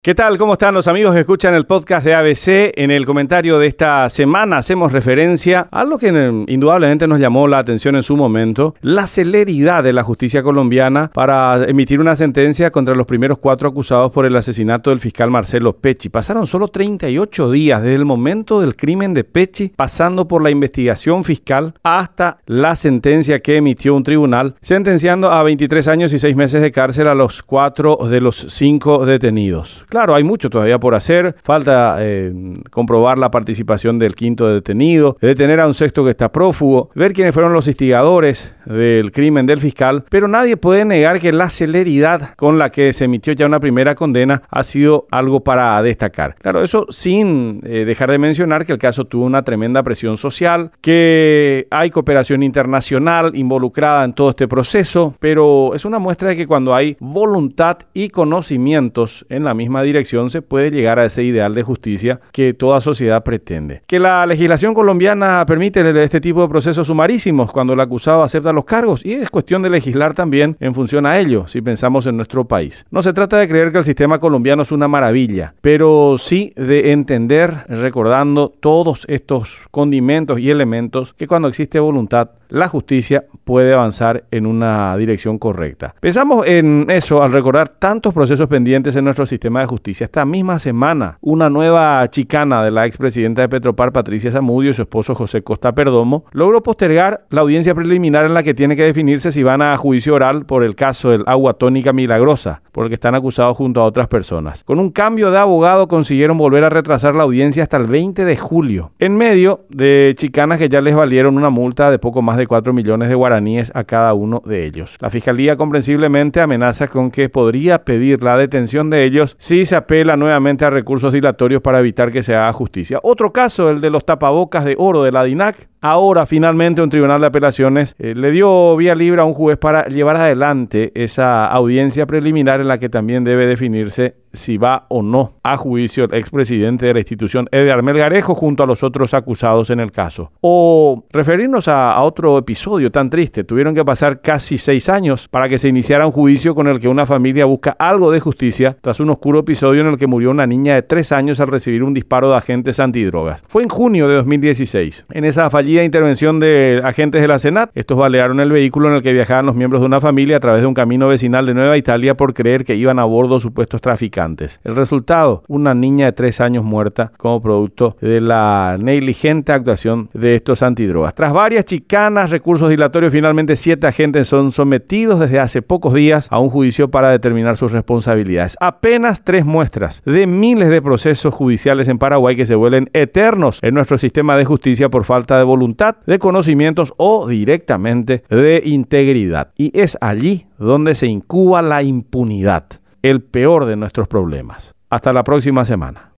¿Qué tal? ¿Cómo están los amigos que escuchan el podcast de ABC? En el comentario de esta semana hacemos referencia a algo que indudablemente nos llamó la atención en su momento, la celeridad de la justicia colombiana para emitir una sentencia contra los primeros 4 acusados por el asesinato del fiscal Marcelo Pecci. Pasaron solo 38 días desde el momento del crimen de Pecci, pasando por la investigación fiscal hasta la sentencia que emitió un tribunal, sentenciando a 23 años y 6 meses de cárcel a los 4 de los 5 detenidos. Claro, hay mucho todavía por hacer, falta comprobar la participación del 5.º detenido, detener a un 6.º que está prófugo, ver quiénes fueron los instigadores del crimen del fiscal, pero nadie puede negar que la celeridad con la que se emitió ya una primera condena ha sido algo para destacar. Claro, eso sin dejar de mencionar que el caso tuvo una tremenda presión social, que hay cooperación internacional involucrada en todo este proceso, pero es una muestra de que cuando hay voluntad y conocimientos en la misma dirección se puede llegar a ese ideal de justicia que toda sociedad pretende. Que la legislación colombiana permite este tipo de procesos sumarísimos cuando el acusado acepta los cargos, y es cuestión de legislar también en función a ello, si pensamos en nuestro país. No se trata de creer que el sistema colombiano es una maravilla, pero sí de entender, recordando todos estos condimentos y elementos, que cuando existe voluntad, la justicia puede avanzar en una dirección correcta. Pensamos en eso al recordar tantos procesos pendientes en nuestro sistema de justicia. Esta misma semana, una nueva chicana de la expresidenta de Petropar, Patricia Zamudio, y su esposo José Costa Perdomo, logró postergar la audiencia preliminar en la que tiene que definirse si van a juicio oral por el caso del agua tónica milagrosa, por el que están acusados junto a otras personas. Con un cambio de abogado consiguieron volver a retrasar la audiencia hasta el 20 de julio, en medio de chicanas que ya les valieron una multa de poco más de 4 millones de guaraníes a cada uno de ellos. La Fiscalía comprensiblemente amenaza con que podría pedir la detención de ellos si se apela nuevamente a recursos dilatorios para evitar que se haga justicia. Otro caso, el de los tapabocas de oro de la DINAC. Ahora finalmente un tribunal de apelaciones le dio vía libre a un juez para llevar adelante esa audiencia preliminar en la que también debe definirse si va o no a juicio el expresidente de la institución Edgar Melgarejo junto a los otros acusados en el caso. O referirnos a otro episodio tan triste. Tuvieron que pasar casi 6 años para que se iniciara un juicio con el que una familia busca algo de justicia tras un oscuro episodio en el que murió una niña de 3 años al recibir un disparo de agentes antidrogas. Fue en junio de 2016. En esa fallida intervención de agentes de la Senat, estos balearon el vehículo en el que viajaban los miembros de una familia a través de un camino vecinal de Nueva Italia por creer que iban a bordo supuestos traficantes. El resultado, una niña de 3 años muerta como producto de la negligente actuación de estos antidrogas. Tras varias chicanas, recursos dilatorios, finalmente 7 agentes son sometidos desde hace pocos días a un juicio para determinar sus responsabilidades. Apenas 3 muestras de miles de procesos judiciales en Paraguay que se vuelven eternos en nuestro sistema de justicia por falta de voluntad, de conocimientos o directamente de integridad. Y es allí donde se incuba la impunidad, el peor de nuestros problemas. Hasta la próxima semana.